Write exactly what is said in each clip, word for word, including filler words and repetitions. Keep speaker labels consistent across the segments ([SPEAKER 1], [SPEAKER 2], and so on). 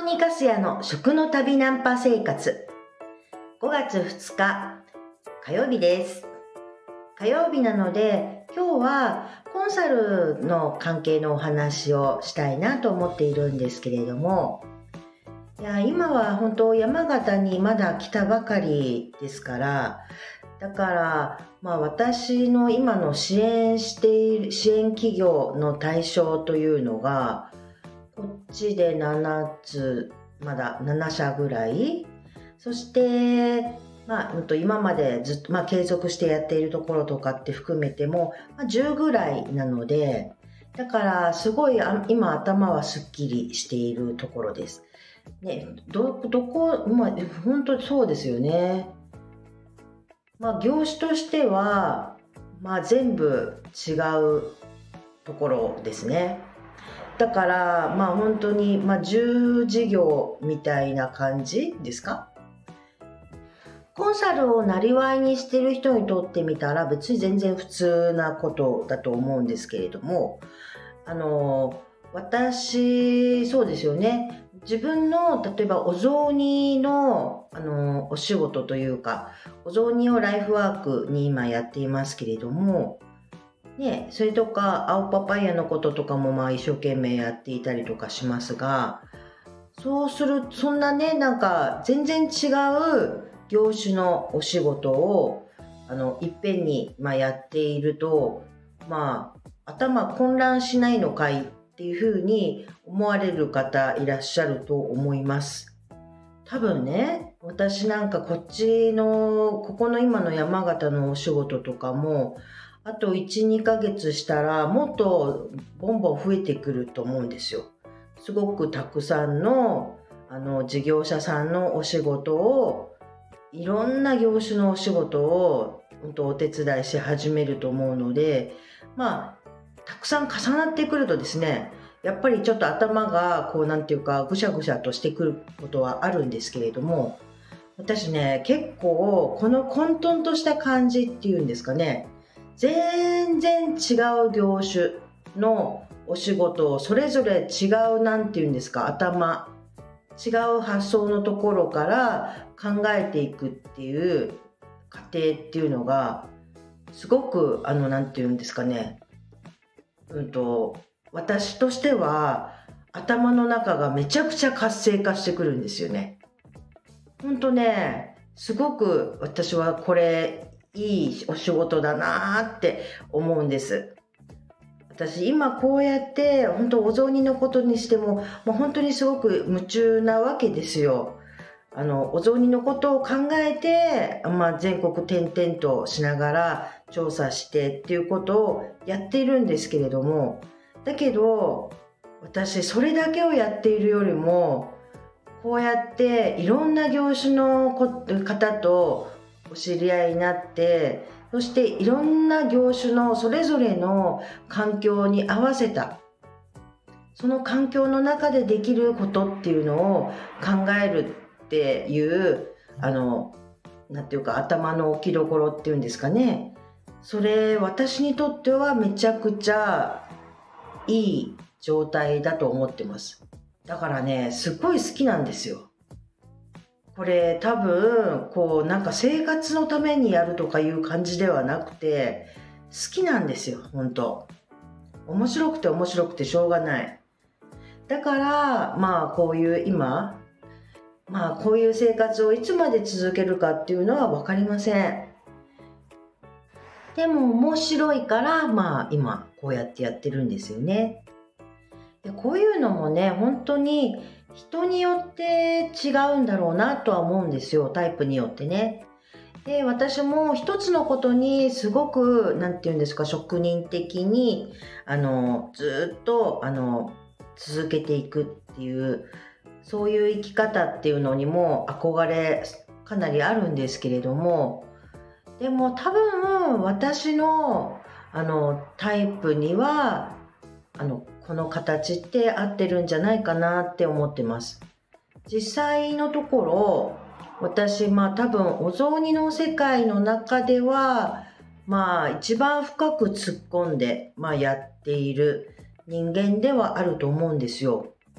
[SPEAKER 1] ニカスヤの食の旅ナンパ生活。ごがつふつか火曜日です。火曜日なので今日はコンサルの関係のお話をしたいなと思っているんですけれども、いや今は本当山形にまだ来たばかりですから、だからまあ私の今の支援している支援企業の対象というのがこっちでななつ、まだななしゃぐらい、そしてまあ、今までずっと、まあ、継続してやっているところとかって含めても、まあ、じゅうぐらいなので、だからすごい今頭はすっきりしているところです。ね、ど、どこ、まあ、本当そうですよね。まあ、業種としては、まあ、全部違うところですね。だからまあ本当に、まあ、重事業みたいな感じですか。コンサルをなりわいにしてる人にとってみたら別に全然普通なことだと思うんですけれども、あの私そうですよね、自分の例えばお雑煮の、あのお仕事というか、お雑煮をライフワークに今やっていますけれどもね、それとか青パパイヤのこととかもまあ一生懸命やっていたりとかしますが、そうするそんなね、なんか全然違う業種のお仕事をあのいっぺんにまあやっていると、まあ頭混乱しないのかいっていうふうに思われる方いらっしゃると思います。多分ね、私なんかこっちのここの今の山形のお仕事とかもあといち、にかげつしたらもっとボンボン増えてくると思うんですよ。すごくたくさんのあの事業者さんのお仕事を、いろんな業種のお仕事を本当お手伝いし始めると思うので、まあたくさん重なってくるとですね、やっぱりちょっと頭がこうなんていうかぐしゃぐしゃとしてくることはあるんですけれども、私ね結構この混沌とした感じっていうんですかね、全然違う業種のお仕事をそれぞれ違うなんていうんですか、頭違う発想のところから考えていくっていう過程っていうのがすごくあのなんていうんですかね、うんと私としては頭の中がめちゃくちゃ活性化してくるんですよね。ほんとね、すごく私はこれいいお仕事だなって思うんです。私今こうやって本当お雑煮のことにしても、もう本当にすごく夢中なわけですよ。あのお雑煮のことを考えて、まあ、全国転々としながら調査してっていうことをやっているんですけれども、だけど私それだけをやっているよりもこうやっていろんな業種の方とお知り合いになって、そしていろんな業種のそれぞれの環境に合わせた、その環境の中でできることっていうのを考えるっていう、あのなんていうか頭の置きどころっていうんですかね、それ私にとってはめちゃくちゃいい状態だと思ってます。だからね、すごい好きなんですよ。これ多分こうなんか生活のためにやるとかいう感じではなくて、好きなんですよ。本当面白くて面白くてしょうがない。だからまあこういう今まあこういう生活をいつまで続けるかっていうのは分かりません。でも面白いからまあ今こうやってやってるんですよね。でこういうのもね、本当に人によって違うんだろうなとは思うんですよ、タイプによってね。で私も一つのことにすごくなんていうんですか、職人的にあのずっとあの続けていくっていう、そういう生き方っていうのにも憧れかなりあるんですけれども、でも多分私のあのタイプにはあのこの形って合ってるんじゃないかなって思ってます。実際のところ私まあ多分お雑煮の世界の中ではまあ一番深く突っ込んで、まあ、やっている人間ではあると思うんですよ。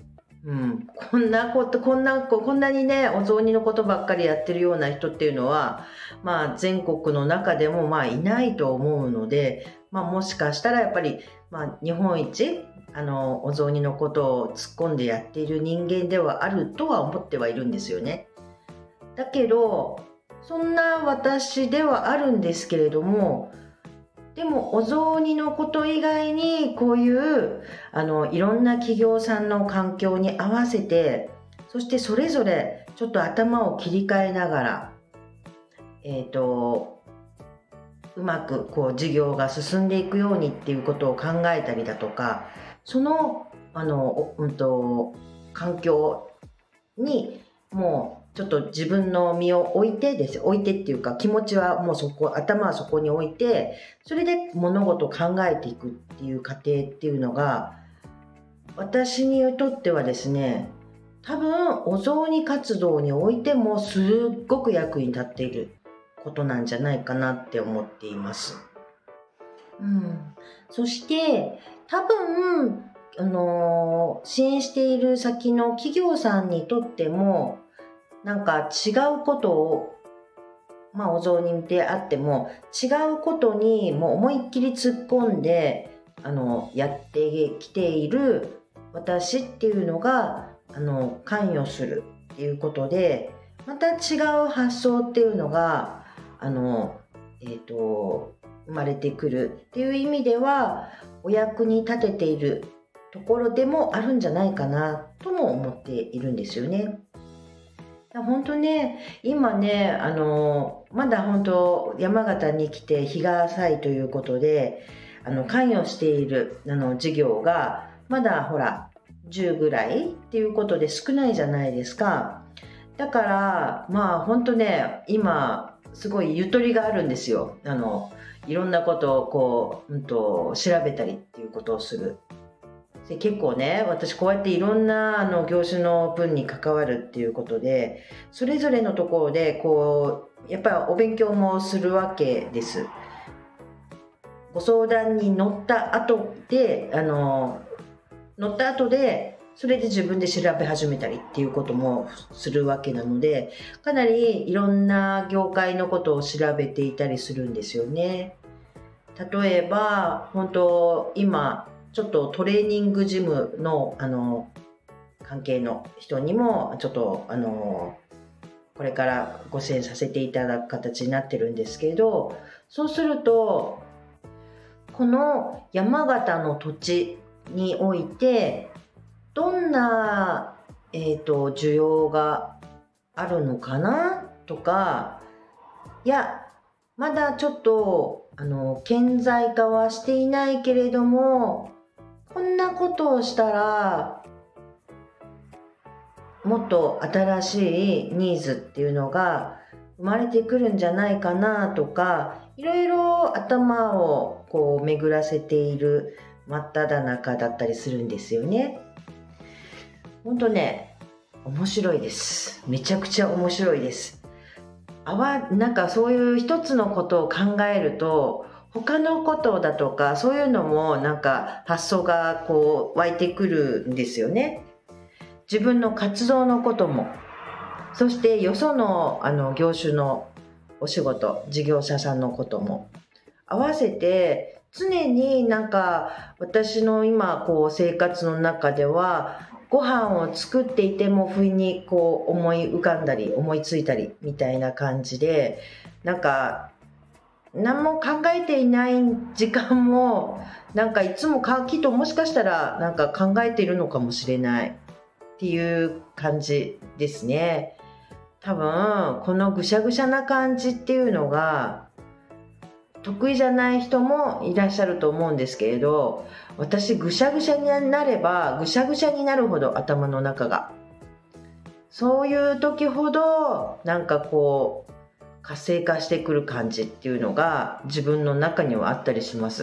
[SPEAKER 1] うん、こんなことこんなこんなにねお雑煮のことばっかりやってるような人っていうのは、まあ、全国の中でもまあいないと思うので、まあ、もしかしたらやっぱり、まあ、日本一あのお雑煮のことを突っ込んでやっている人間ではあるとは思ってはいるんですよね。だけどそんな私ではあるんですけれども、でもお雑煮のこと以外にこういうあのいろんな企業さんの環境に合わせて、そしてそれぞれちょっと頭を切り替えながら、えーと、うまくこう事業が進んでいくようにっていうことを考えたりだとか、その、あの、うんと、環境にもうちょっと自分の身を置いてです置いてっていうか、気持ちはもうそこ、頭はそこに置いて、それで物事を考えていくっていう過程っていうのが、私にとってはですね、多分お雑煮活動においてもすっごく役に立っていることなんじゃないかなって思っています。うん、そして多分あのー支援している先の企業さんにとってもなんか違うことを、まあお雑煮であっても違うことにもう思いっきり突っ込んであのやってきている私っていうのがあの関与するっていうことで、また違う発想っていうのがあの、えーと、生まれてくるっていう意味ではお役に立てているところでもあるんじゃないかなとも思っているんですよね。本当ね、今ね、あのまだ本当山形に来て日が浅いということで、あの関与しているあの事業がまだほらじゅうぐらいっていうことで少ないじゃないですか。だからまあ本当ね、今すごいゆとりがあるんですよ。あのいろんなことをこう、うんと、調べたりっていうことをする。で結構ね、私こうやっていろんなあの業種の分に関わるっていうことで、それぞれのところでこうやっぱりお勉強もするわけです。ご相談に乗った後であの乗った後でそれで自分で調べ始めたりっていうこともするわけなので、かなりいろんな業界のことを調べていたりするんですよね。例えば本当今ちょっとトレーニングジムのあの関係の人にもちょっとあのこれからご支援させていただく形になってるんですけど、そうするとこの山形の土地においてどんな、えーと、需要があるのかなとか、いやまだちょっとあの顕在化はしていないけれども、こんなことをしたらもっと新しいニーズっていうのが生まれてくるんじゃないかなとか、いろいろ頭をこう巡らせている真っ只中だったりするんですよね。ほんとね、面白いです。めちゃくちゃ面白いです。あわなんかそういう一つのことを考えると他のことだとかそういうのもなんか発想がこう湧いてくるんですよね。自分の活動のことも、そしてよそのあの業種のお仕事、事業者さんのことも合わせて、常になんか私の今こう生活の中ではご飯を作っていても不意にこう思い浮かんだり思いついたりみたいな感じで、なんか何も考えていない時間もなんかいつもかきっともしかしたらなんか考えているのかもしれないっていう感じですね。多分このぐしゃぐしゃな感じっていうのが得意じゃない人もいらっしゃると思うんですけれど、私ぐしゃぐしゃになればぐしゃぐしゃになるほど頭の中が、そういう時ほどなんかこう活性化してくる感じっていうのが自分の中にはあったりします。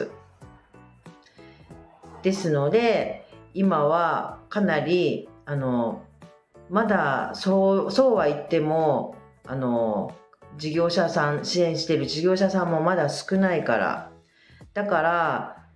[SPEAKER 1] ですので今はかなりあのまだそうそうは言ってもあの事業者さん支援している事業者さんもまだ少ないから、だから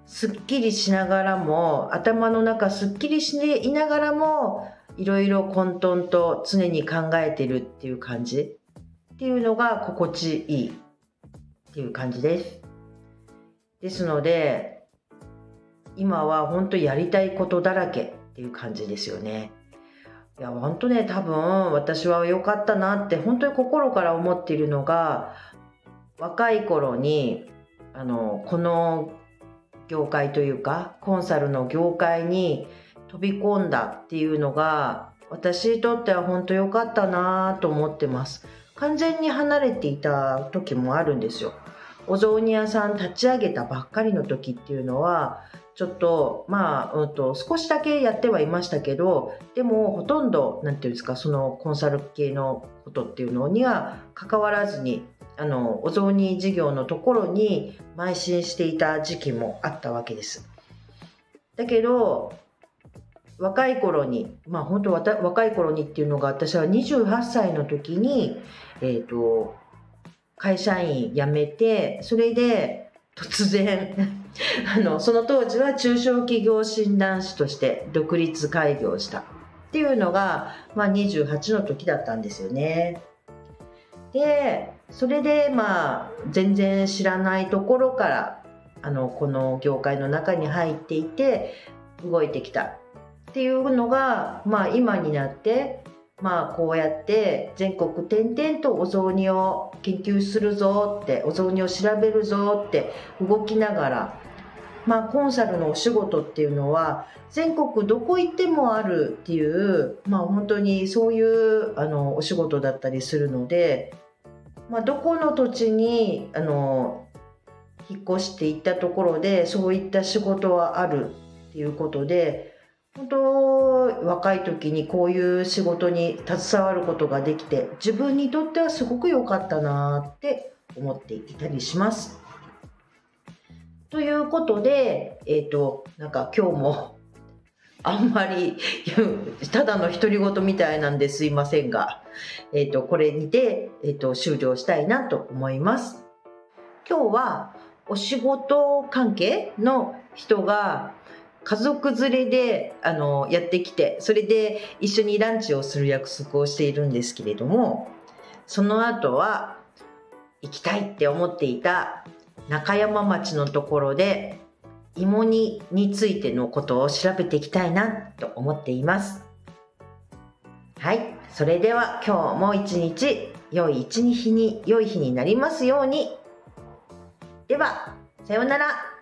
[SPEAKER 1] すっきりしながらも、頭の中すっきりしていながらも、いろいろ混沌と常に考えてるっていう感じっていうのが心地いいっていう感じです。ですので、今は本当やりたいことだらけっていう感じですよね。いや本当ね、多分私は良かったなって本当に心から思っているのが、若い頃にあのこの業界というかコンサルの業界に飛び込んだっていうのが私にとっては本当良かったなと思ってます。完全に離れていた時もあるんですよ。お雑煮屋さん立ち上げたばっかりの時っていうのはちょっとまあ、うんと、少しだけやってはいましたけど、でもほとんどなんていうんですか、そのコンサル系のことっていうのには関わらずに、あのお雑煮事業のところに邁進していた時期もあったわけです。だけど若い頃に、まあ本当若い頃にっていうのが、私はにじゅうはっさいの時に、えーと、会社員辞めて、それで突然あのその当時は中小企業診断士として独立開業したっていうのが、まあ、にじゅうはちの時だったんですよね。でそれでまあ全然知らないところからあのこの業界の中に入っていて動いてきたっていうのが、まあ、今になってまあこうやって全国転々とお雑煮を研究するぞって、お雑煮を調べるぞって動きながら、まあコンサルのお仕事っていうのは全国どこ行ってもあるっていう、まあ本当にそういうあのお仕事だったりするので、まあどこの土地にあの引っ越していったところでそういった仕事はあるっていうことで、本当若い時にこういう仕事に携わることができて自分にとってはすごく良かったなって思っていたりします。ということで、えーと、なんか今日もあんまりただの独り言みたいなんですいませんが、えーと、これにて、えーと、終了したいなと思います。今日はお仕事関係の人が家族連れであのやってきて、それで一緒にランチをする約束をしているんですけれども、その後は行きたいって思っていた中山町のところで芋煮についてのことを調べていきたいなと思っています。はい、それでは今日も一日良い一日に良い日になりますように。ではさようなら。